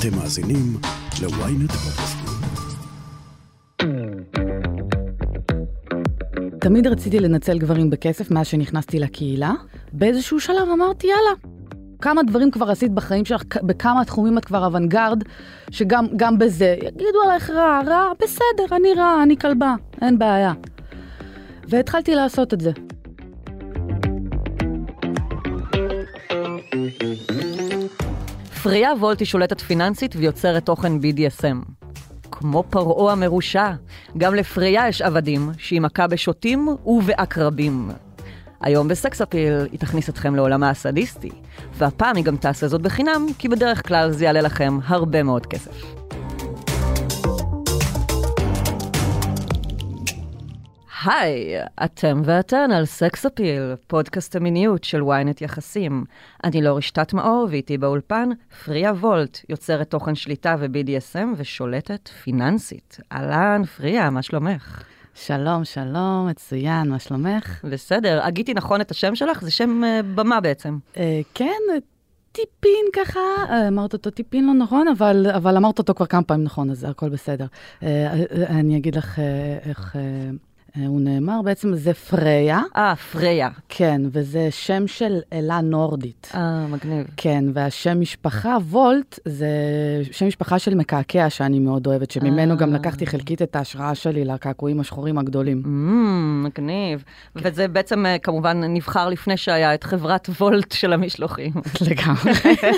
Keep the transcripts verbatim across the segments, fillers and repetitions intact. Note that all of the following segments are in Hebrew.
אתם מאזינים ל-ynet פודקאסטים. תמיד רציתי לנצל גברים בכסף מאז שנכנסתי לקהילה. באיזשהו שלב אמרתי, יאללה, כמה דברים כבר עשית בחיים שלך, בכמה תחומים את כבר אוונגרד, שגם גם בזה, יגידו עלייך רע, רע, בסדר, אני רע, אני כלבה, אין בעיה. והתחלתי לעשות את זה. פריה וולט היא שולטת פיננסית ויוצרת תוכן בי די אס אם. כמו פרעה המרושע, גם לפריה יש עבדים שהיא מכה בשוטים ובעקרבים. היום בסקס אפיל היא תכניס אתכם לעולמה הסדיסטי, והפעם היא גם תעשה זאת בחינם, כי בדרך כלל זה יעלה לכם הרבה מאוד כסף. היי, אתם ואתן על סקס אפיל, פודקאסט המיניות של ynet יחסים. אני לא רשתת מאור ואיתי באולפן, פריה וולט, יוצרת תוכן שליטה ו-בי די אס אם ושולטת פיננסית. אהלן, פריה, מה שלומך? שלום, שלום, מצוין, מה שלומך? בסדר, הגיתי נכון את השם שלך? זה שם uh, במה בעצם. Uh, כן, טיפין ככה, uh, אמרת אותו טיפין לא נכון, אבל, אבל אמרת אותו כבר כמה פעמים נכון, אז הכל בסדר. Uh, אני אגיד לך uh, איך... Uh, הוא נאמר, בעצם זה פריה. אה, פריה. כן, וזה שם של אלה נורדית. אה, מגניב. כן, והשם משפחה, וולט, זה שם משפחה של מקעקע שאני מאוד אוהבת, שממנו גם לקחתי חלקית את ההשראה שלי לקעקועים השחורים הגדולים. מגניב. וזה בעצם כמובן נבחר לפני שהיה את חברת וולט של המשלוחים. לגמרי.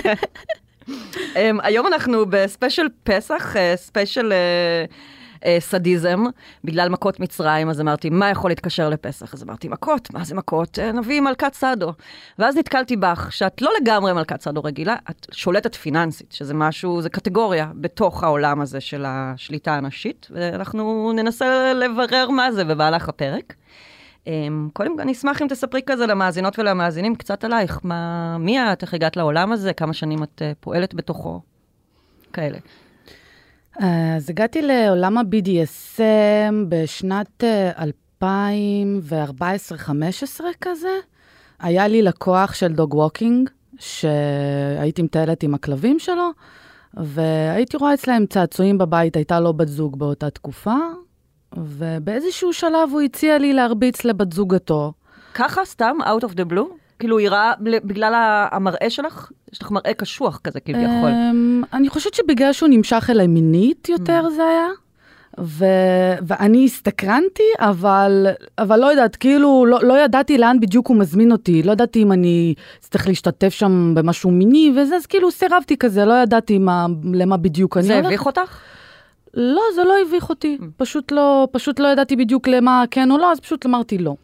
היום אנחנו בספיישל פסח, ספיישל... סדיזם, בגלל מכות מצרים, אז אמרתי, מה יכול להתקשר לפסח? אז אמרתי, מכות, מה זה מכות? נביא מלכת סעדו. ואז נתקלתי בך, שאת לא לגמרי מלכת סעדו רגילה, את שולטת פיננסית, שזה משהו, זה קטגוריה בתוך העולם הזה של השליטה הנשית, ואנחנו ננסה לברר מה זה במהלך הפרק. קודם אני אשמח אם תספרי כזה למאזינות ולמאזינים קצת עלייך, מה, מי את, איך הגעת לעולם הזה, כמה שנים את פועלת בתוכו, כאלה. אז הגעתי לעולם ה-בי די אס אם בשנת אלפיים וארבע עשרה חמש עשרה כזה. היה לי לקוח של דוג ווקינג, שהייתי מטיילת עם הכלבים שלו, והייתי רואה אצלהם צעצועים בבית, הייתה לו בת זוג באותה תקופה, ובאיזשהו שלב הוא הציע לי להרביץ לבת זוגתו. ככה סתם, out of the blue? כאילו היא ראה בגלל המראה שלך? יש לך מראה קשוח כזה כביכול. אני חושבת שבגלל שהוא נמשך אליי מינית יותר זה היה, ואני הסתקרנתי, אבל לא יודעת, כאילו לא ידעתי לאן בדיוק הוא מזמין אותי, לא ידעתי אם אני צריך להשתתף שם במשהו מיני וזה, אז כאילו סירבתי כזה, לא ידעתי למה בדיוק אני הולך. זה הביך אותך? לא, זה לא הביך אותי, פשוט לא ידעתי בדיוק למה כן או לא, אז פשוט אמרתי לא.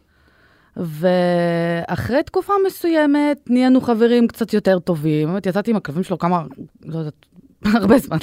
ואחרי תקופה מסוימת נהיינו חברים קצת יותר טובים. באמת, יצאתי עם הכלבים שלו כמה, לא יודעת, הרבה זמן.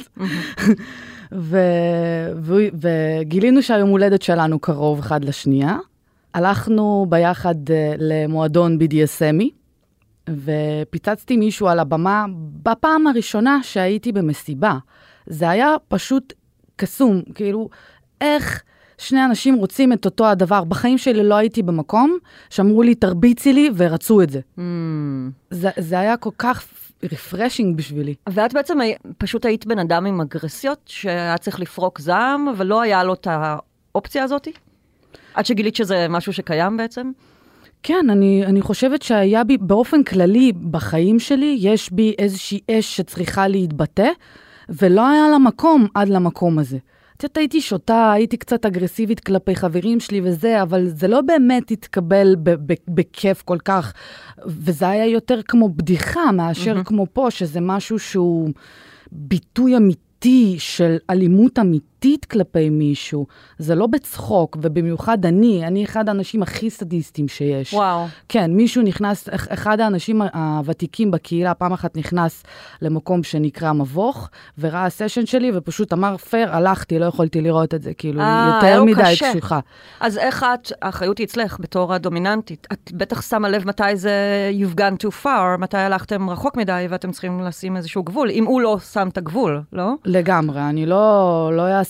וגילינו שהיום הולדת שלנו קרוב אחד לשנייה. הלכנו ביחד למועדון בי די אס אמי, ופיצצתי מישהו על הבמה בפעם הראשונה שהייתי במסיבה. זה היה פשוט קסום, כאילו, איך... שני אנשים רוצים את אותו הדבר. בחיים שלי לא הייתי במקום, שאמרו לי, תרביצי לי, ורצו את זה. Mm. זה, זה היה כל כך רפרשינג בשבילי. ואת בעצם פשוט היית בן אדם עם אגרסיות, שהיה צריך לפרוק זעם, ולא היה לו את האופציה הזאת? עד שגילית שזה משהו שקיים בעצם? כן, אני, אני חושבת שהיה בי, באופן כללי, בחיים שלי, יש בי איזושהי אש שצריכה להתבטא, ולא היה לה מקום עד למקום הזה. קצת הייתי שותה, הייתי קצת אגרסיבית כלפי חברים שלי וזה, אבל זה לא באמת התקבל בכיף כל כך, וזה היה יותר כמו בדיחה מאשר mm-hmm. כמו פה, שזה משהו שהוא ביטוי אמיתי של אלימות אמיתית כלפי מישהו. זה לא בצחוק, ובמיוחד אני, אני אחד האנשים הכי סדיסטים שיש. וואו. כן, מישהו נכנס, אחד האנשים הוותיקים בקהילה, פעם אחת נכנס למקום שנקרא מבוך, וראה הסשן שלי, ופשוט אמר, פייר, הלכתי, לא יכולתי לראות את זה, כאילו, 아, יותר מדי קשה. קשוחה. אז איך את, האחריות היא אצלך בתור הדומיננטית, את בטח שמה לב מתי זה you've gone too far, מתי הלכתם רחוק מדי, ואתם צריכים לשים איזשהו גבול, אם הוא לא שם את הגבול, לא? לגמרי, אני לא, לא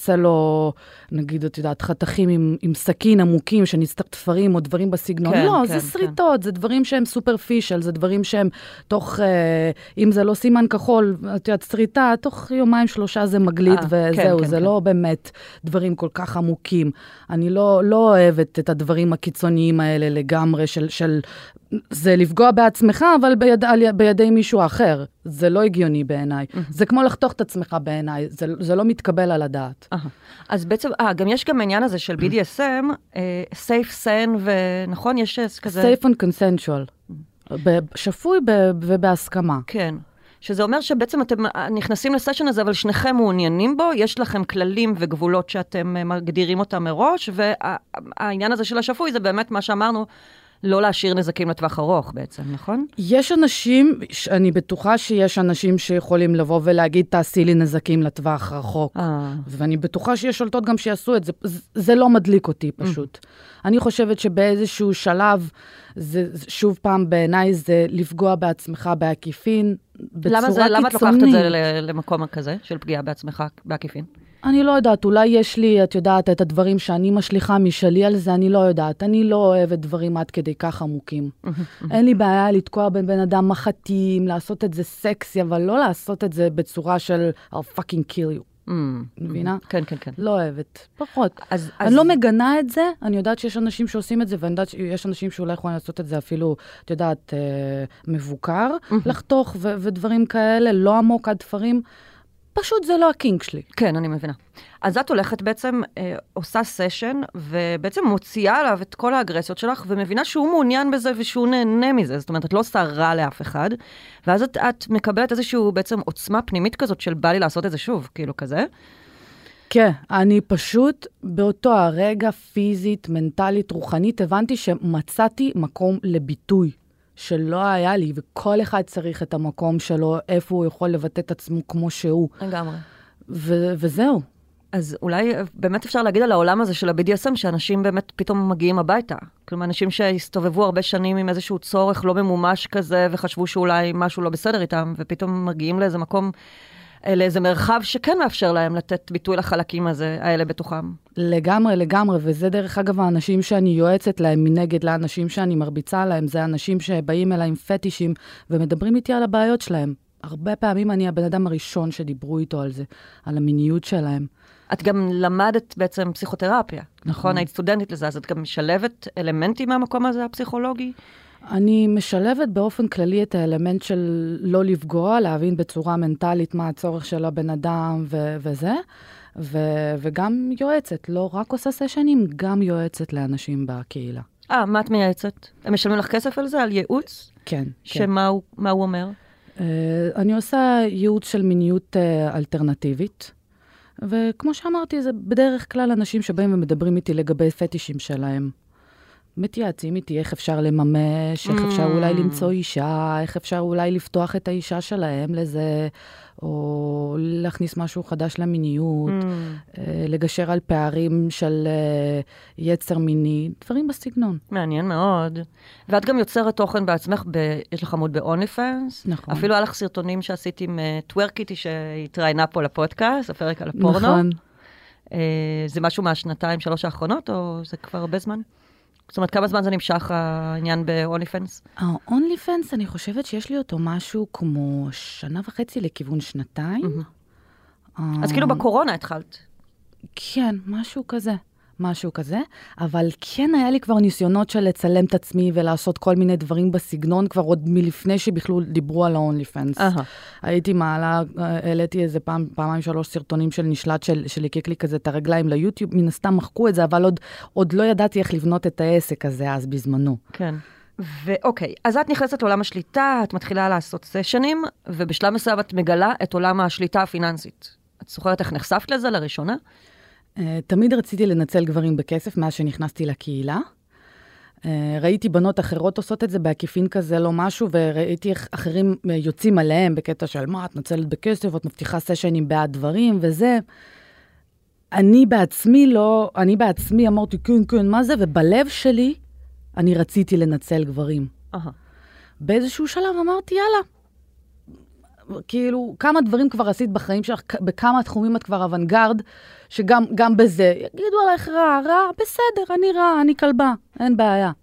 אעשה לו, נגיד, את יודעת, חתכים עם, עם סכין עמוקים, שנסתפרים או דברים בסגנון. כן, לא, כן, זה שריטות, כן. זה דברים שהם סופרפישל, זה דברים שהם תוך, אה, אם זה לא סימן כחול, את יודעת, שריטה, תוך יומיים שלושה זה מגליד, 아, וזהו, כן, כן, זה כן. לא באמת דברים כל כך עמוקים. אני לא, לא אוהבת את הדברים הקיצוניים האלה לגמרי, של, של זה לפגוע בעצמך, אבל ביד, בידי מישהו אחר. זה לא הגיוני בעיניי. Mm-hmm. זה כמו לחתוך את עצמך בעיניי. זה, זה לא מתקבל על הדעת. Uh-huh. אז בעצם, אה, גם יש גם העניין הזה של בי די אס אם, אה, safe, sane, ונכון, יש כזה... safe and consensual. שפוי ובהסכמה. כן. שזה אומר שבעצם אתם נכנסים לסשן הזה, אבל שניכם מעוניינים בו, יש לכם כללים וגבולות שאתם מגדירים אותם מראש, והעניין הזה של השפוי זה באמת מה שאמרנו, לא להשאיר נזקים לטווח ארוך בעצם, נכון? יש אנשים, אני בטוחה שיש אנשים שיכולים לבוא ולהגיד, תעשי לי נזקים לטווח רחוק. אה. ואני בטוחה שיש שולטות גם שיעשו את זה. זה לא מדליק אותי פשוט. Mm. אני חושבת שבאיזשהו שלב, זה, שוב פעם בעיניי זה לפגוע בעצמך בעקיפין, בצורה למה זה, קיצונית. למה את לוקחת את זה למקום כזה, של פגיעה בעצמך בעקיפין? אני לא יודעת, אולי יש לי, את יודעת, את הדברים שאני משליחה משלי על זה, אני לא יודעת. אני לא אוהבת דברים עד כדי כך עמוקים. אין לי בעיה לתקוע בין בן אדם מחתים, לעשות את זה סקסי, אבל לא לעשות את זה בצורה של I'll fucking kill you. מבינה? כן, כן, כן. לא אוהבת, פחות. אני לא מגנה את זה, אני יודעת שיש אנשים שעושים את זה, ואני יודעת שיש אנשים שאולי יכולים לעשות את זה אפילו, את יודעת, מבוקר, לחתוך ודברים כאלה, לא עמוק עד דברים. פשוט זה לא הקינג שלי. כן, אני מבינה. אז את הולכת בעצם, אה, עושה סשן, ובעצם מוציאה עליו את כל האגרסיות שלך, ומבינה שהוא מעוניין בזה ושהוא נהנה מזה. זאת אומרת, את לא עושה רע לאף אחד, ואז את, את מקבלת איזשהו בעצם עוצמה פנימית כזאת של בא לי לעשות את זה שוב, כאילו כזה. כן, אני פשוט באותו הרגע פיזית, מנטלית, רוחנית, הבנתי שמצאתי מקום לביטוי. שלא היה לי, וכל אחד צריך את המקום שלו, איפה הוא יכול לבטא את עצמו כמו שהוא. לגמרי. ו- וזהו. אז אולי באמת אפשר להגיד על העולם הזה של ה-בי די אס אם, שאנשים באמת פתאום מגיעים הביתה. כלומר, אנשים שהסתובבו הרבה שנים עם איזשהו צורך לא ממומש כזה, וחשבו שאולי משהו לא בסדר איתם, ופתאום מגיעים לאיזה מקום, לאיזה מרחב שכן מאפשר להם לתת ביטוי לחלקים הזה, האלה בתוכם. לגמרי, לגמרי, וזה דרך אגב האנשים שאני יועצת להם מנגד לאנשים שאני מרביצה להם, זה אנשים שבאים אליי עם פטישים ומדברים איתי על הבעיות שלהם. הרבה פעמים אני הבן אדם הראשון שדיברו איתו על זה, על המיניות שלהם. את גם למדת בעצם פסיכותרפיה, נכון? היית סטודנטית לזה, אז את גם משלבת אלמנטים מהמקום הזה הפסיכולוגי? אני משלבת באופן כללי את האלמנט של לא לפגוע, להבין בצורה מנטלית מה הצורך של הבן אדם ו- וזה, ו- וגם יועצת, לא רק עושה סשנים, גם יועצת לאנשים בקהילה. אה, מה את מייעצת? הם משלמים לך כסף על זה, על ייעוץ? כן. שמה הוא, מה הוא אומר? Uh, אני עושה ייעוץ של מיניות uh, אלטרנטיבית, וכמו שאמרתי, זה בדרך כלל אנשים שבאים ומדברים איתי לגבי פטישים שלהם. מתייעצים איתי איך אפשר לממש, איך אפשר אולי למצוא אישה, איך אפשר אולי לפתוח את האישה שלהם לזה, או להכניס משהו חדש למיניות, לגשר על פערים של יצר מיני, דברים בסגנון. מעניין מאוד. ואת גם יוצרת תוכן בעצמך, יש לך עמוד ב-OnlyFans. נכון. אפילו היה לך סרטונים שעשית עם טוורקיטי שהתראיינה פה לפודקאסט, הפרק על הפורנו. נכון. זה משהו מהשנתיים, שלוש האחרונות, או זה כבר הרבה זמן? זאת אומרת, כמה זמן זה נמשך העניין ב-OnlyFans? ה-OnlyFans, אני חושבת שיש לי אותו משהו כמו שנה וחצי לכיוון שנתיים. אז כאילו בקורונה התחלת. כן, משהו כזה. משהו כזה, אבל כן היה לי כבר ניסיונות של לצלם את עצמי ולעשות כל מיני דברים בסגנון, כבר עוד מלפני שבכלול דיברו על ה-OnlyFans. Uh-huh. הייתי מעלה, העליתי איזה פעם, פעמיים שלוש סרטונים של נשלט של, שליקק לי כזה את הרגליים ליוטיוב, מן הסתם מחקו את זה, אבל עוד, עוד לא ידעתי איך לבנות את העסק הזה אז בזמנו. כן. ואוקיי, אז את נכנסת לעולם השליטה, את מתחילה לעשות סשנים, ובשלב מסוים את מגלה את עולם השליטה הפיננסית. את זוכרת איך נחשפת לזה לראשונה? Uh, תמיד רציתי לנצל גברים בכסף מאז שנכנסתי לקהילה. Uh, ראיתי בנות אחרות עושות את זה בעקיפין כזה לא משהו, וראיתי איך אחרים יוצאים עליהם בקטע של מה, את נצלת בכסף, את מבטיחה סשנים בעד דברים וזה. אני בעצמי לא, אני בעצמי אמרתי כן, כן, מה זה? ובלב שלי אני רציתי לנצל גברים. Uh-huh. באיזשהו שלב אמרתי יאללה. כאילו, כמה דברים כבר עשית בחיים שלך, בכמה תחומים את כבר אוונגרד, שגם גם בזה, יגידו עלייך רע, רע, בסדר, אני רע, אני כלבה, אין בעיה.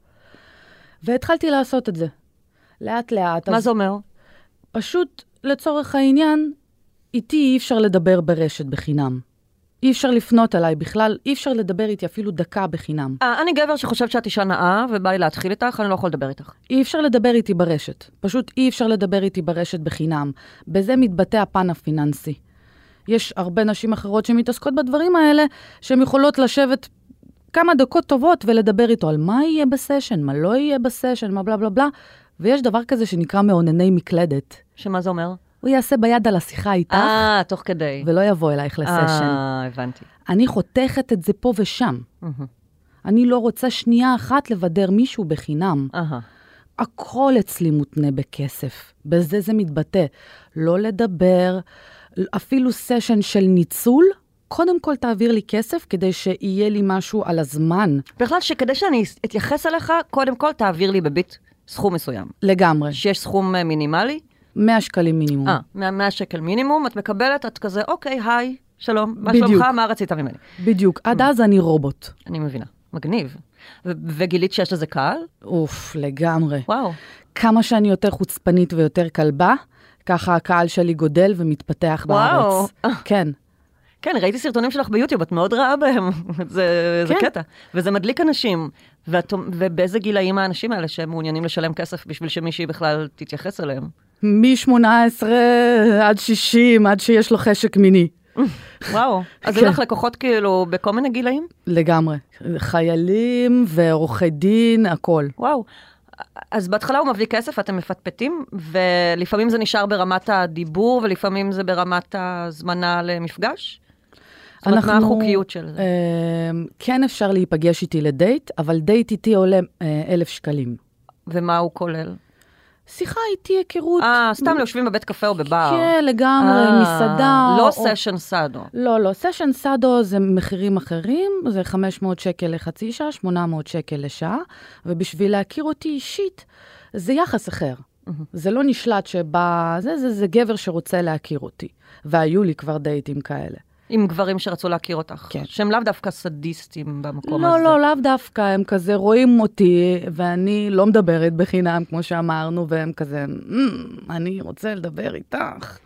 והתחלתי לעשות את זה. לאט לאט. מה זה אומר? פשוט, לצורך העניין, איתי אי אפשר לדבר ברשת בחינם. אי אפשר לפנות עליי בכלל, אי אפשר לדבר איתי אפילו דקה בחינם. 아, אני גבר שחושב שאת אישה נאה, ובא לי להתחיל איתך, אני לא יכול לדבר איתך. אי אפשר לדבר איתי ברשת. פשוט אי אפשר לדבר איתי ברשת בחינם. בזה מתבטא הפן הפיננסי. יש הרבה נשים אחרות שמתעסקות בדברים האלה, שהן יכולות לשבת כמה דקות טובות ולדבר איתו על מה יהיה בסשן, מה לא יהיה בסשן, מה בלה בלה בלה. ויש דבר כזה שנקרא מעונני מקלדת. שמה זה אומר? הוא יעשה ביד על השיחה איתך, אה, תוך כדי. ולא יבוא אלייך לסשן. אה, הבנתי. אני חותכת את זה פה ושם. אני לא רוצה שנייה אחת לבדר מישהו בחינם. אהה. הכל אצלי מותנה בכסף. בזה זה מתבטא. לא לדבר, אפילו סשן של ניצול, קודם כל תעביר לי כסף כדי שיהיה לי משהו על הזמן. בכלל שכדי שאני אתייחס אליך, קודם כל תעביר לי בביט סכום מסוים. לגמרי. שיש סכום מינימלי? מאה שקלים מינימום. אה, מאה שקל מינימום, את מקבלת, את כזה, אוקיי, היי, שלום, מה בדיוק. שלומך, מה רצית ממני? בדיוק, עד אז אני רובוט. אני מבינה, מגניב. ו- וגילית שיש לזה קהל? אוף, לגמרי. וואו. כמה שאני יותר חוצפנית ויותר כלבה, ככה הקהל שלי גודל ומתפתח וואו. בארץ. כן. כן, ראיתי סרטונים שלך ביוטיוב, את מאוד רעה בהם, זה, זה כן. קטע. וזה מדליק אנשים, ואת, ובאיזה גילאים האנשים האלה שהם מעוניינים לשלם כסף בשביל שמישהי בכלל תתייחס אליהם? מ-שמונה עשרה עד שישים, עד שיש לו חשק מיני. וואו, אז היו לך לקוחות כאילו בכל מיני גילאים? לגמרי. חיילים ועורכי דין, הכל. וואו. אז בהתחלה הוא מביא כסף, אתם מפטפטים, ולפעמים זה נשאר ברמת הדיבור, ולפעמים זה ברמת הזמנה למפגש? זאת אומרת, מה החוקיות של זה? כן אפשר להיפגש איתי לדייט, אבל דייט איתי עולה אלף שקלים. ומה הוא כולל? שיחה איתי, היכרות. אה, סתם יושבים בבית קפה או בבר. כן, לגמרי, מסעדה. לא סשן סאדו. לא, לא, סשן סאדו זה מחירים אחרים, זה חמש מאות שקל לחצי שעה, שמונה מאות שקל לשעה, ובשביל להכיר אותי אישית, זה יחס אחר. זה לא נשלט שבא, זה, זה, זה גבר שרוצה להכיר אותי. והיו לי כבר דייטים כאלה. עם גברים שרצו להכיר אותך. כן. שהם לאו דווקא סדיסטים במקום לא, הזה. לא, לאו דווקא, הם כזה רואים אותי, ואני לא מדברת בחינם, כמו שאמרנו, והם כזה, אני רוצה לדבר איתך.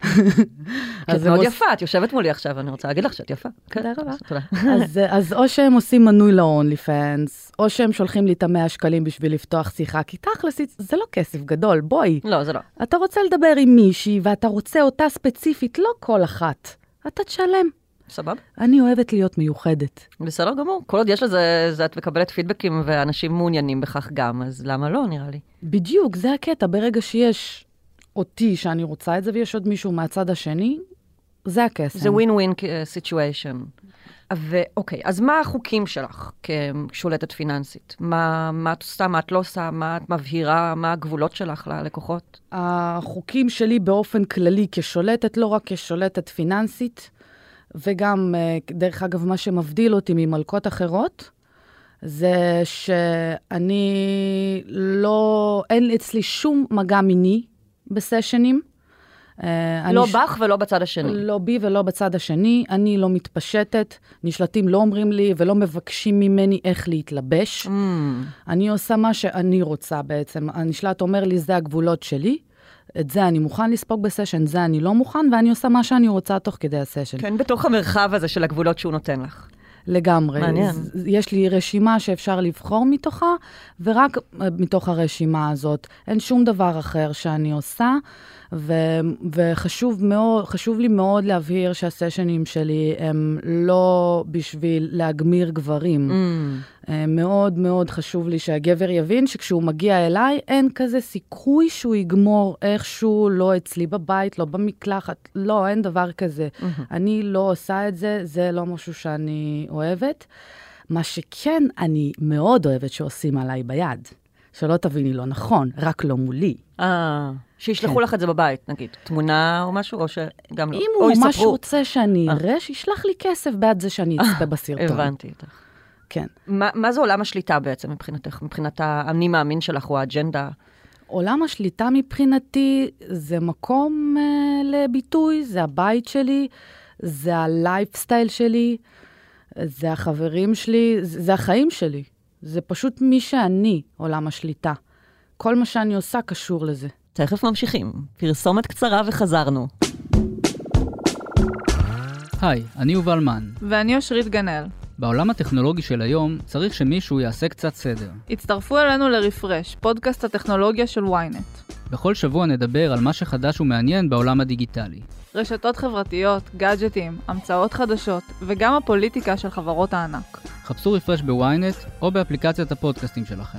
את מאוד יפה, את יושבת מולי עכשיו, אני רוצה להגיד לך שאת יפה. תודה רבה. אז או שהם עושים מנוי ל-אונלי פאנס, או שהם שולחים לי את המאה שקלים בשביל לפתוח שיחה, כי תכלס, זה לא כסף גדול, בואי. לא, זה לא. אתה רוצה לדבר עם מישהי, ואתה רוצה אותה ספציפית, לא כל אחת. אתה תשלם. סבב. אני אוהבת להיות מיוחדת. בסדר גמור. כל עוד יש לזה, זה את מקבלת פידבקים, ואנשים מעוניינים בכך גם, אז למה לא, נראה לי? בדיוק, זה הקטע. ברגע שיש אותי שאני רוצה את זה, ויש עוד מישהו מהצד השני, זה הקסם. זה ווין-ווין סיטואשן. ואוקיי, אז מה החוקים שלך כשולטת פיננסית? מה, מה את עושה, מה את לא עושה, מה את מבהירה, מה הגבולות שלך ללקוחות? החוקים שלי באופן כללי כשולטת, לא רק כשולטת פיננסית, וגם, דרך אגב, מה שמבדיל אותי ממלכות אחרות, זה שאני לא, אין אצלי שום מגע מיני בסשנים. לא בך ולא בצד השני. לא בי ולא בצד השני. אני לא מתפשטת. נשלטים לא אומרים לי ולא מבקשים ממני איך להתלבש. אני עושה מה שאני רוצה בעצם. הנשלט אומר לי, זה הגבולות שלי. את זה אני מוכן לספוג בסשן, זה אני לא מוכן, ואני עושה מה שאני רוצה תוך כדי הסשן. כן, בתוך המרחב הזה של הגבולות שהוא נותן לך. לגמרי. מעניין. יש לי רשימה שאפשר לבחור מתוכה, ורק מתוך הרשימה הזאת. אין שום דבר אחר שאני עושה, ו- וחשוב מאוד, חשוב לי מאוד להבהיר שהסשנים שלי הם לא בשביל להגמיר גברים. Mm. מאוד מאוד חשוב לי שהגבר יבין שכשהוא מגיע אליי, אין כזה סיכוי שהוא יגמור איכשהו, לא אצלי בבית, לא במקלחת, לא, אין דבר כזה. Mm-hmm. אני לא עושה את זה, זה לא משהו שאני אוהבת. מה שכן, אני מאוד אוהבת שעושים עליי ביד. שלא תביני לא נכון, רק לא מולי. אה, שישלחו לך את זה בבית, נגיד, תמונה או משהו, או שגם לא, אם הוא ממש רוצה שאני אראה, שישלח לי כסף בעד זה שאני אצפה בסרטון. הבנתי אותך. כן. מה זה עולם השליטה בעצם מבחינתך? מבחינת האני מאמין שלך או האג'נדה? עולם השליטה מבחינתי זה מקום uh, לביטוי, זה הבית שלי, זה הלייפסטייל שלי, זה החברים שלי, זה, זה החיים שלי. זה פשוט מי שאני, עולם השליטה. כל מה שאני עושה קשור לזה. תכף ממשיכים. פרסומת קצרה וחזרנו. היי, אני יובל מן. ואני אושרית גנאל. בעולם הטכנולוגי של היום צריך שמישהו יעשה קצת סדר. הצטרפו אלינו לרפרש, פודקאסט הטכנולוגיה של וויינט. בכל שבוע נדבר על מה שחדש ומעניין בעולם הדיגיטלי. רשתות חברתיות, גאדג'טים, המצאות חדשות, וגם הפוליטיקה של חברות הענק. חפשו רפרש בוויינט או באפליקציית הפודקאסטים שלכם.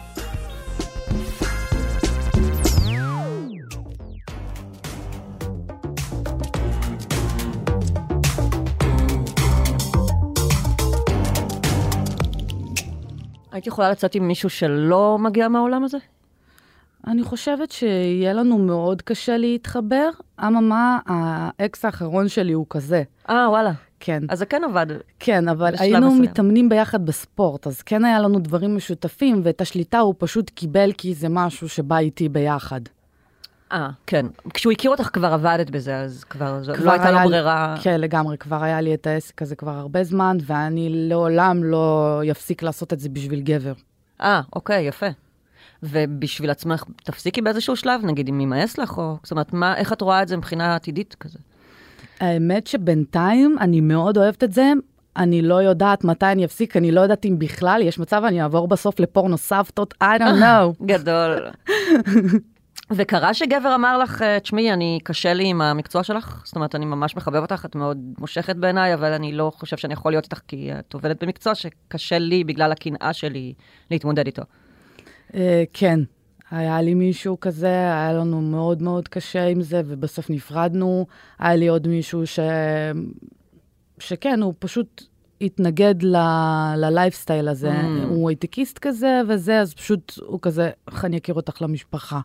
היית יכולה לצאת עם מישהו שלא מגיע מהעולם הזה? אני חושבת שיהיה לנו מאוד קשה להתחבר. אממה, האקס האחרון שלי הוא כזה. אה, וואלה. כן. אז זה כן עבד. כן, אבל היינו מסוים. מתאמנים ביחד בספורט, אז כן היה לנו דברים משותפים, ואת השליטה הוא פשוט קיבל כי זה משהו שבא איתי ביחד. אה, כן. כשהוא הכיר אותך כבר עבדת בזה, אז כבר, כבר לא הייתה לו ברירה. כן, לגמרי. כבר היה לי את העסק הזה כבר הרבה זמן, ואני לעולם לא יפסיק לעשות את זה בשביל גבר. אה, אוקיי, יפה. ובשביל עצמך, תפסיקי באיזשהו שלב, נגיד, אם יימאס לך, או... זאת אומרת, מה, איך את רואה את זה מבחינה עתידית כזה? האמת שבינתיים אני מאוד אוהבת את זה, אני לא יודעת מתי אני אפסיק, אני לא יודעת אם בכלל, יש מצב אני אעבור בסוף לפורנו סבתות, I don't know. גדול. וקרה שגבר אמר לך, תשמעי, אני קשה לי עם המקצוע שלך, זאת אומרת, אני ממש מחבב אותך, את מאוד מושכת בעיניי, אבל אני לא חושב שאני יכול להיות איתך, כי את עובדת במקצוע שקשה לי בגלל הקנאה שלי להתמודד איתו. כן, היה לי מישהו כזה, היה לנו מאוד מאוד קשה עם זה, ובסוף נפרדנו. היה לי עוד מישהו ש... שכן, הוא פשוט התנגד ללייפסטייל הזה. Mm. הוא הייטקיסט כזה וזה, אז פשוט הוא כזה, איך אני אכיר אותך למשפחה?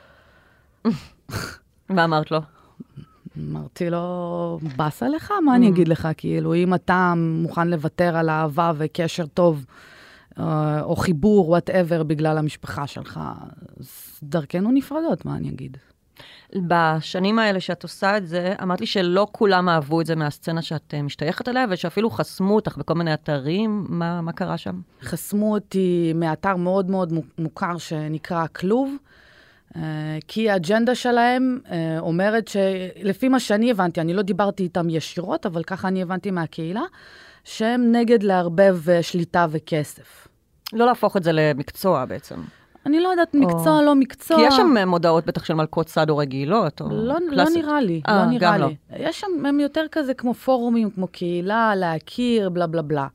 מה אמרת לו? אמרתי לו, בסה לך? מה אני אגיד לך? כאילו, אם אתה מוכן לוותר על אהבה וקשר טוב, או חיבור, whatever, בגלל המשפחה שלך, אז דרכנו נפרדות, מה אני אגיד? בשנים האלה שאת עושה את זה, אמרת לי שלא כולם אהבו את זה מהסצנה שאת משתייכת אליה, ושאפילו חסמו אותך בכל מיני אתרים. מה, מה קרה שם? חסמו אותי מאתר מאוד מאוד מוכר שנקרא כלוב, כי האג'נדה שלהם אומרת שלפי מה שאני הבנתי, אני לא דיברתי איתם ישירות, אבל ככה אני הבנתי מהקהילה, שהם נגד להרבב שליטה וכסף. לא להפוך את זה למקצוע בעצם. אני לא יודעת מקצוע, או... לא מקצוע. כי יש שם מודעות בטח של מלכות סעד או רגילות, או לא, קלאסית. לא נראה לי, 아, לא נראה לי. לא. יש שם, הם יותר כזה כמו פורומים, כמו קהילה, להכיר, בלה בלה בלה.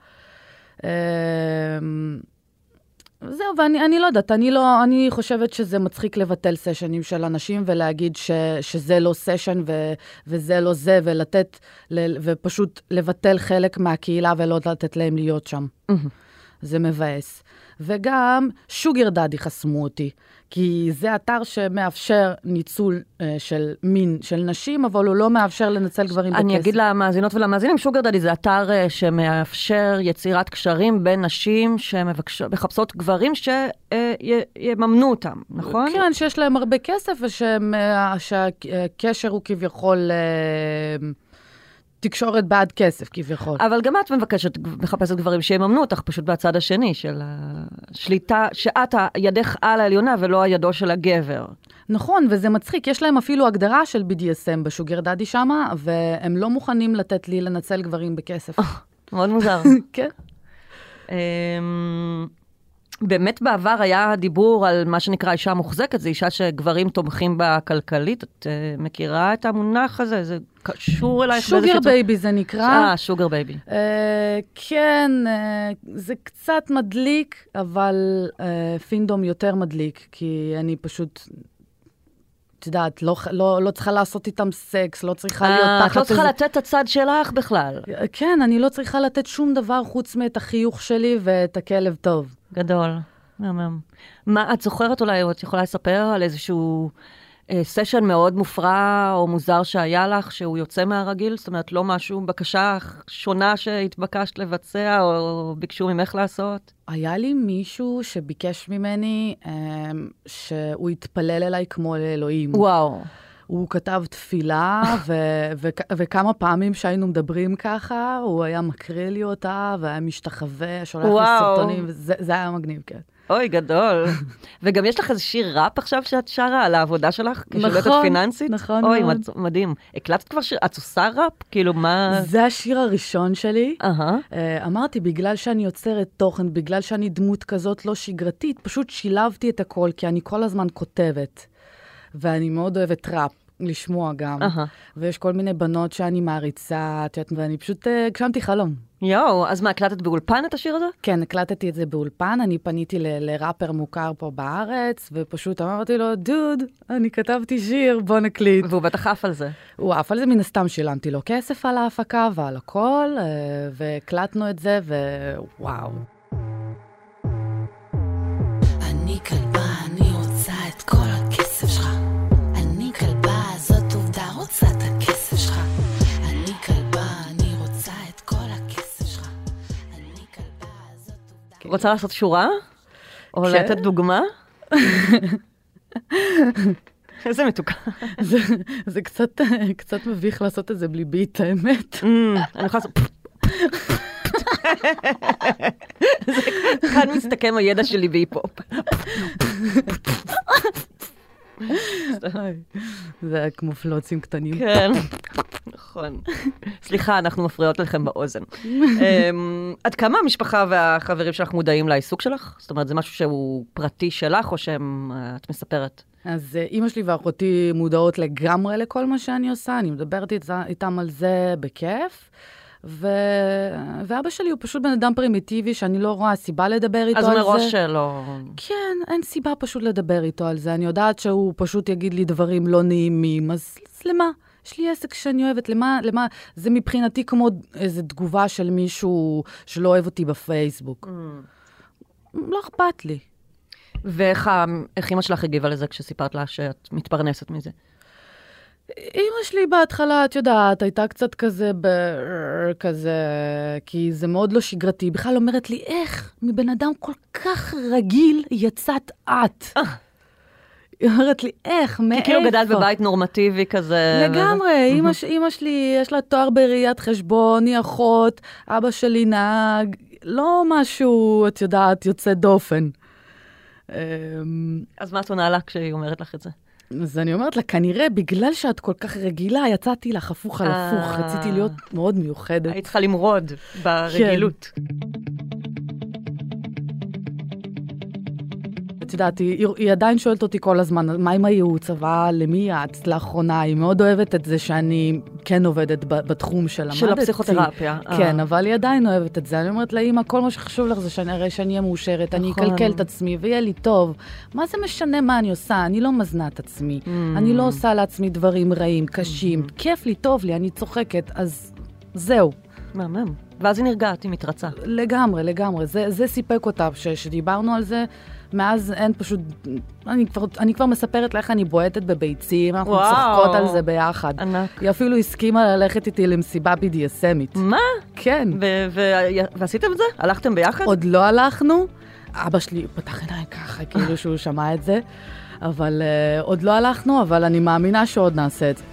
זהו, ואני אני לא יודעת, אני, לא, אני חושבת שזה מצחיק לבטל סשנים של אנשים, ולהגיד ש, שזה לא סשן, ו, וזה לא זה, ולתת, ל, ופשוט לבטל חלק מהקהילה, ולא לתת להם להיות שם. זה מבאס. וגם שוגר דאדי חסמו אותי, כי זה אתר שמאפשר ניצול uh, של מין של נשים, אבל הוא לא מאפשר לנצל גברים בכסף. אני אגיד למאזינות ולמאזינים, שוגר דאדי זה אתר uh, שמאפשר יצירת קשרים בין נשים שמחפשות גברים שיממנו אותם, נכון? כן, שיש להם הרבה כסף, ושהקשר הוא כביכול... Uh, תקשורת בעד כסף, כביכול. אבל גם את מבקשת, מחפשת גברים שיממנו אותך, פשוט בצד השני של השליטה, שאת ידך על העליונה ולא הידו של הגבר. נכון, וזה מצחיק. יש להם אפילו הגדרה של בי די אס אם בשוגר דאדי שמה, והם לא מוכנים לתת לי לנצל גברים בכסף. מאוד מוזר. כן. באמת בעבר היה דיבור על מה שנקרא אישה מוחזקת, זה אישה שגברים תומכים בה כלכלית. את uh, מכירה את המונח הזה? זה קשור אלייך? שוגר בייבי זה נקרא. אה, שוגר בייבי. Uh, כן, uh, זה קצת מדליק, אבל uh, פינדום יותר מדליק, כי אני פשוט... את יודעת, לא, לא, לא צריכה לעשות איתם סקס, לא צריכה להיות תחת... את לא צריכה לתת את הצד שלך בכלל. כן, אני לא צריכה לתת שום דבר חוץ מאת החיוך שלי ואת הכלב טוב. גדול, מהמם. מה, את זוכרת אולי, או את יכולה לספר על איזשהו סשן מאוד מופרע או מוזר שהיה לך, שהוא יוצא מהרגיל? זאת אומרת, לא משהו, בקשה שונה שהתבקשת לבצע, או ביקשו ממך לעשות? היה לי מישהו שביקש ממני שהוא יתפלל אליי כמו לאלוהים. וואו. הוא כתב תפילה, ו- ו- וכמה פעמים שהיינו מדברים ככה, הוא היה מקריא לי אותה, והיה משתחווה, שולח לי סרטונים, וזה, זה היה מגניב, כן. אוי, גדול. וגם יש לך איזה שיר ראפ עכשיו שאת שרה על העבודה שלך? נכון, כשולטת פיננסית? נכון אוי, מאוד. מד- מדהים. הקלטת כבר שיר? את עושה ראפ? כאילו, מה... זה השיר הראשון שלי. אהה. Uh, אמרתי, בגלל שאני יוצרת תוכן, בגלל שאני דמות כזאת לא שגרתית, פשוט שילבתי את הכל, כי אני כל הזמן כותבת. ואני מאוד אוהבת ראפ, לשמוע גם. אהה. ויש כל מיני בנות שאני מעריצה, את יודעת, ואני פשוט uh, הגשמתי חלום. יואו, אז מה, הקלטת באולפן את השיר הזה? כן, הקלטתי את זה באולפן, אני פניתי ל- לראפר מוכר פה בארץ, ופשוט אמרתי לו, דוד, אני כתבתי שיר, בוא נקליט. והוא בטח עף על זה. הוא אף על זה מן הסתם שילמתי לו כסף על ההפקה ועל הכל, אה, והקלטנו את זה, ווואו. אני כלבה, אני רוצה את כל הכסף שלך. אני כלבה, זאת עובדה, רוצה את הכסף שלך. אני כלבה, אני רוצה את כל הכסף שלך. אני כלבה, זאת עובדה. רוצה לעשות שורה? או כן. לתת דוגמה? איזה מתוקה. זה, זה קצת, קצת מביך לעשות את זה בלי ביט, האמת. אני יכולה לעשות... כאן מסתכם הידע שלי בהיפ-הופ. זה היה כמו פלוצים קטנים. כן, נכון. סליחה, אנחנו מפריעות לכם באוזן. עד כמה המשפחה והחברים שלך מודעים לעיסוק שלך? זאת אומרת, זה משהו שהוא פרטי שלך, או שאת מספרת? אז אמא שלי ואחותי מודעות לגמרי לכל מה שאני עושה, אני מדברת איתם על זה בכיף. ו... ואבא שלי הוא פשוט בן אדם פרימיטיבי, שאני לא רואה סיבה לדבר איתו על זה. אז מראש שלא... כן, אין סיבה פשוט לדבר איתו על זה. אני יודעת שהוא פשוט יגיד לי דברים לא נעימים, אז, אז למה? יש לי עסק שאני אוהבת, למה, למה? זה מבחינתי כמו איזו תגובה של מישהו שלא אוהב אותי בפייסבוק. Mm. לא אכפת לי. ואיך איך אמא שלך הגיבה לזה כשסיפרת לה שאת מתפרנסת מזה? אמא שלי בהתחלה, את יודעת, הייתה קצת כזה, ב... כזה, כי זה מאוד לא שגרתי. בכלל אומרת לי, איך מבן אדם כל כך רגיל יצאת את? היא אומרת לי, איך, מאיפה? כי כאילו גדלת בבית נורמטיבי כזה. לגמרי, אמא, אמא שלי, יש לה תואר בראיית חשבון, היא אחות, אבא שלי נהג, לא משהו, את יודעת, יוצא דופן. אז מה את עונה לה כשהיא אומרת לך את זה? אז אני אומרת לה, כנראה בגלל שאת כל כך רגילה, יצאתי לך הפוך על הפוך, רציתי להיות מאוד מיוחדת. היית צריכה למרוד ברגילות. את יודעת, היא, היא עדיין שואלת אותי כל הזמן, מה עם הייעוץ, אבל למי את לאחרונה? היא מאוד אוהבת את זה שאני כן עובדת בתחום של המדתי. של הפסיכותרפיה. כן, אבל היא עדיין אוהבת את זה. אני אומרת לה, אמא, כל מה שחשוב לך זה שאני אראה שאני אהיה מאושרת, אני אקלקל את עצמי ויהיה לי טוב. מה זה משנה מה אני עושה? אני לא מזנה את עצמי. אני לא עושה לעצמי דברים רעים, קשים. כיף לי, טוב לי, אני צוחקת, אז זהו. מהמם. ואז היא נרגעת, היא מתרצה. לגמרי, לגמרי. זה, זה סיפק אותה, ש, שדיברנו על זה. מאז אין פשוט, אני כבר, אני כבר מספרת לה איך אני בועטת בביצים, אנחנו צוחקות על זה ביחד. ענק. היא אפילו הסכימה ללכת איתי למסיבה בי די אס אמית. מה? כן. ו- ו- ועשיתם את זה? הלכתם ביחד? עוד לא הלכנו. אבא שלי פתח עיניים ככה, כאילו שהוא שמע את זה. אבל uh, עוד לא הלכנו, אבל אני מאמינה שעוד נעשה את זה.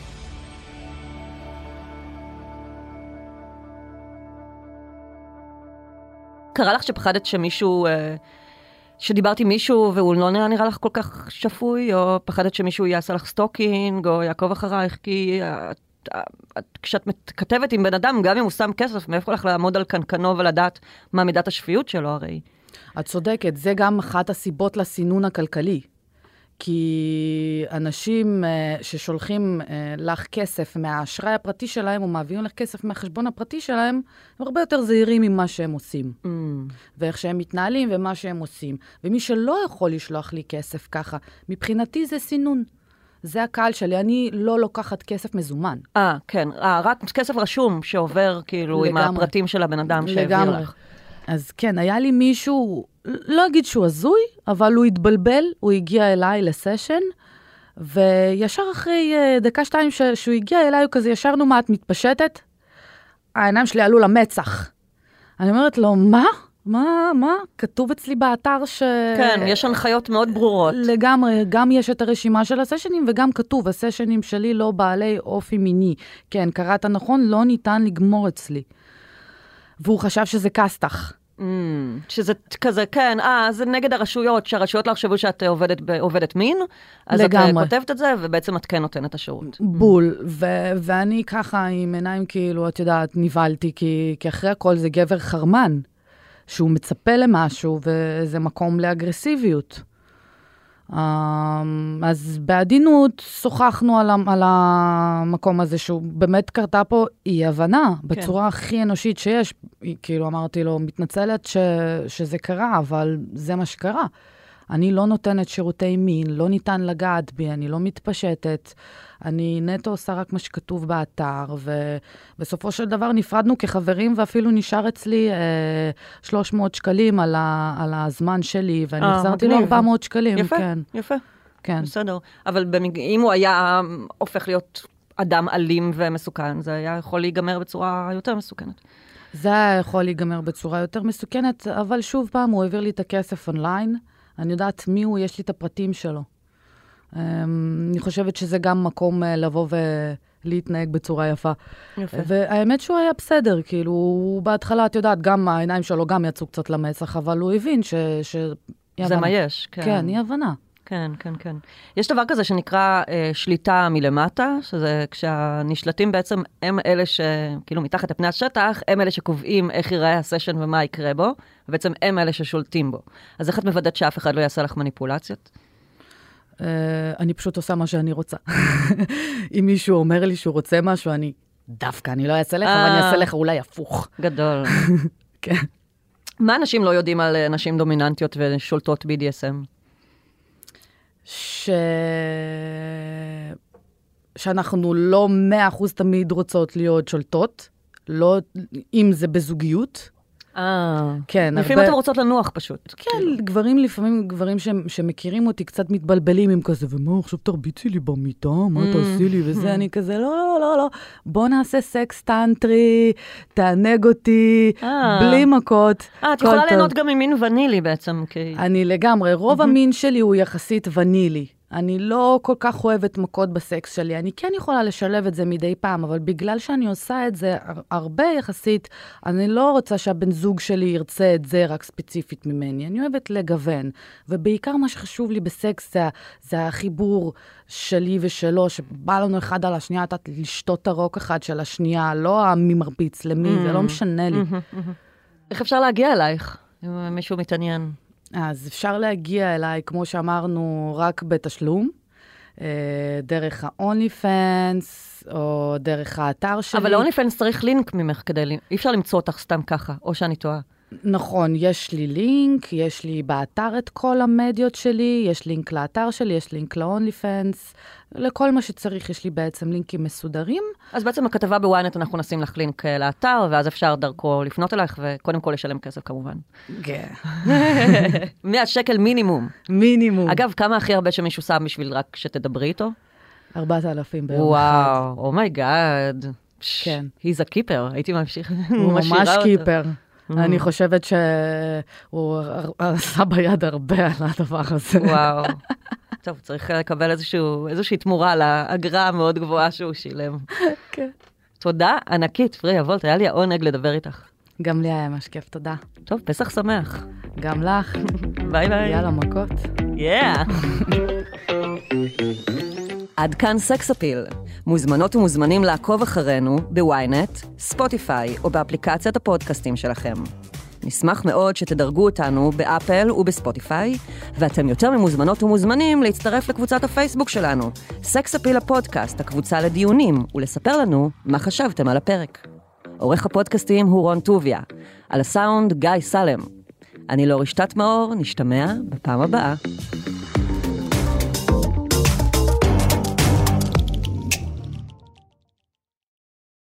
קרה לך שפחדת שמישהו... Uh... שדיברתי עם מישהו והוא לא נראה, נראה לך כל כך שפוי, או פחדת שמישהו יעשה לך סטוקינג, או יעקוב אחרייך, כי את, את, כשאת כתבת עם בן אדם, גם אם הוא שם כסף, מאיפה לך לעמוד על קנקנו ולדעת מה מידת השפיות שלו הרי? את צודקת, זה גם אחת הסיבות לסינון הכלכלי. כי אנשים uh, ששולחים uh, לך כסף מהאשראי הפרטי שלהם, או מעבירים לך כסף מהחשבון הפרטי שלהם, הם הרבה יותר זהירים ממה שהם עושים. Mm. ואיך שהם מתנהלים ומה שהם עושים. ומי שלא יכול לשלוח לי כסף ככה, מבחינתי זה סינון. זה הקהל שלי, אני לא לוקחת כסף מזומן. אה, כן. אה, רק כסף רשום שעובר כאילו לגמרי. עם הפרטים של הבן אדם שהעביר לך. אז כן, היה לי מישהו, לא אגיד שהוא הזוי, אבל הוא התבלבל, הוא הגיע אליי לסשן, וישר אחרי דקה שתיים ש- שהוא הגיע אליי, הוא כזה ישרנו מה את מתפשטת, העיניים שלי עלו למצח. אני אומרת לו, מה? מה, מה? כתוב אצלי באתר ש... כן, יש הנחיות מאוד ברורות. לגמרי, גם יש את הרשימה של הסשנים, וגם כתוב, הסשנים שלי לא בעלי אופי מיני. כן, קראת נכון, לא ניתן לגמור אצלי. והוא חשב שזה קסטח. Mm, שזה כזה, כן, אה, זה נגד הרשויות, שהרשויות לא חשבו שאת עובדת, ב- עובדת מין, אז לגמרי. את כותבת את זה, ובעצם את כן נותנת השירות. בול, ו- ואני ככה עם עיניים כאילו, את יודעת, נבלתי, כי, כי אחרי הכל זה גבר חרמן, שהוא מצפה למשהו, וזה מקום לאגרסיביות. אז בעדינות שוחחנו על, ה- על המקום הזה, שהוא באמת קרתה פה אי-הבנה, בצורה הכי אנושית שיש. כאילו אמרתי לו, מתנצלת ש- שזה קרה, אבל זה מה שקרה. אני לא נותנת שירותי מין, לא ניתן לגעת בי, אני לא מתפשטת. אני נטו עושה רק מה שכתוב באתר, ובסופו של דבר נפרדנו כחברים, ואפילו נשאר אצלי אה, שלוש מאות שקלים על, ה- על הזמן שלי, ואני אה, החזרתי לו מגניב. ארבע מאות שקלים. יפה, כן, יפה, כן. בסדר. אבל במג... אם הוא היה הופך להיות אדם אלים ומסוכן, זה היה יכול להיגמר בצורה יותר מסוכנת. זה היה יכול להיגמר בצורה יותר מסוכנת, אבל שוב פעם, הוא העביר לי את הכסף אונליין. אני יודעת מי הוא, יש לי את הפרטים שלו. אני חושבת שזה גם מקום לבוא ולהתנהג בצורה יפה. יפה. והאמת שהוא היה בסדר, כאילו, הוא בהתחלה, את יודעת, גם העיניים שלו גם יצאו קצת למצח, אבל הוא הבין ש... ש... זה מה יש, כן. כן, אי הבנה. כן, כן, כן. יש דבר כזה שנקרא אה, שליטה מלמטה, שזה כשהנשלטים בעצם הם אלה שכאילו מתחת לפני השטח, הם אלה שקובעים איך ייראה הסשן ומה יקרה בו, ובעצם הם אלה ששולטים בו. אז איך את מוודאת שאף אחד לא יעשה לך מניפולציות? Uh, אני פשוט עושה מה שאני רוצה. אם מישהו אומר לי שהוא רוצה משהו, אני דווקא, אני לא אעשה לך, אבל אני אעשה לך אולי הפוך. גדול. כן. מה אנשים לא יודעים על נשים דומיננטיות ושולטות בי די אס אם? ש... שאנחנו לא מאה אחוז תמיד רוצות להיות שולטות, לא, אם זה בזוגיות. אה. כן, לפעמים הרבה... אתם רוצות לנוח פשוט. כן, גברים לפעמים, גברים ש... שמכירים אותי קצת מתבלבלים עם כזה, ומה, עכשיו תרביצי לי במיטה, מה תעשי לי וזה, אני כזה, לא, לא, לא, לא, בוא נעשה סקס טנטרי, תענג אותי, בלי מכות. אה, את יכולה ליהנות גם ממין ונילי בעצם. אני לגמרי, רוב המין שלי הוא יחסית ונילי. אני לא כל כך אוהבת מכות בסקס שלי. אני כן יכולה לשלב את זה מדי פעם, אבל בגלל שאני עושה את זה הרבה יחסית, אני לא רוצה שהבן זוג שלי ירצה את זה רק ספציפית ממני. אני אוהבת לגוון. ובעיקר מה שחשוב לי בסקס זה, זה החיבור שלי ושלו, שבא לנו אחד על השנייה, אתה לשתות את הרוק אחד של השנייה, לא המי מרביץ למי, זה לא משנה לי. איך אפשר להגיע אלייך, אם מישהו מתעניין? אז אפשר להגיע אליי, כמו שאמרנו, רק בתשלום, דרך ה-OnlyFans, או דרך האתר שלי. אבל ה-OnlyFans צריך לינק ממך כדי, אי אפשר למצוא אותך סתם ככה, או שאני טועה. נכון, יש לי לינק, יש לי באתר את כל המדיות שלי, יש לינק לאתר שלי, יש לינק ל-OnlyFans, לכל מה שצריך יש לי בעצם לינקים מסודרים. אז בעצם הכתבה בוויינט אנחנו נשים לך לינק לאתר, ואז אפשר דרכו לפנות אלייך, וקודם כל לשלם כסף כמובן. כן. מאה שקל מינימום. מינימום. אגב, כמה הכי הרבה שמישהו שם בשביל רק שתדברי איתו? ארבעת אלפים ביום אחד. וואו, אומייגאד. כן. he's a keeper, הייתי ממשיך. הוא ממש קיפר. אני חושבת שהוא עשה ביד הרבה על הדבר הזה. וואו. טוב, צריך לקבל איזושהי תמורה לאגרה המאוד גבוהה שהוא שילם. כן. תודה ענקית, פרי אבולט, היה לי העונג לדבר איתך. גם לי היה ממש כיף, תודה. טוב, פסח שמח. גם לך. ביי ביי. יאללה, מכות. יאה. עד כאן סקס אפיל. מוזמנות ומוזמנים לעקוב אחרינו בוויינט, ספוטיפיי או באפליקציית הפודקאסטים שלכם. נשמח מאוד שתדרגו אותנו באפל ובספוטיפיי, ואתם יותר ממוזמנות ומוזמנים להצטרף לקבוצת הפייסבוק שלנו, סקס אפיל הפודקאסט, הקבוצה לדיונים, ולספר לנו מה חשבתם על הפרק. עורך הפודקאסטים הוא רון טוביה, על הסאונד גיא סלם. אני לא רשתת מאור, נשתמע בפעם הבאה.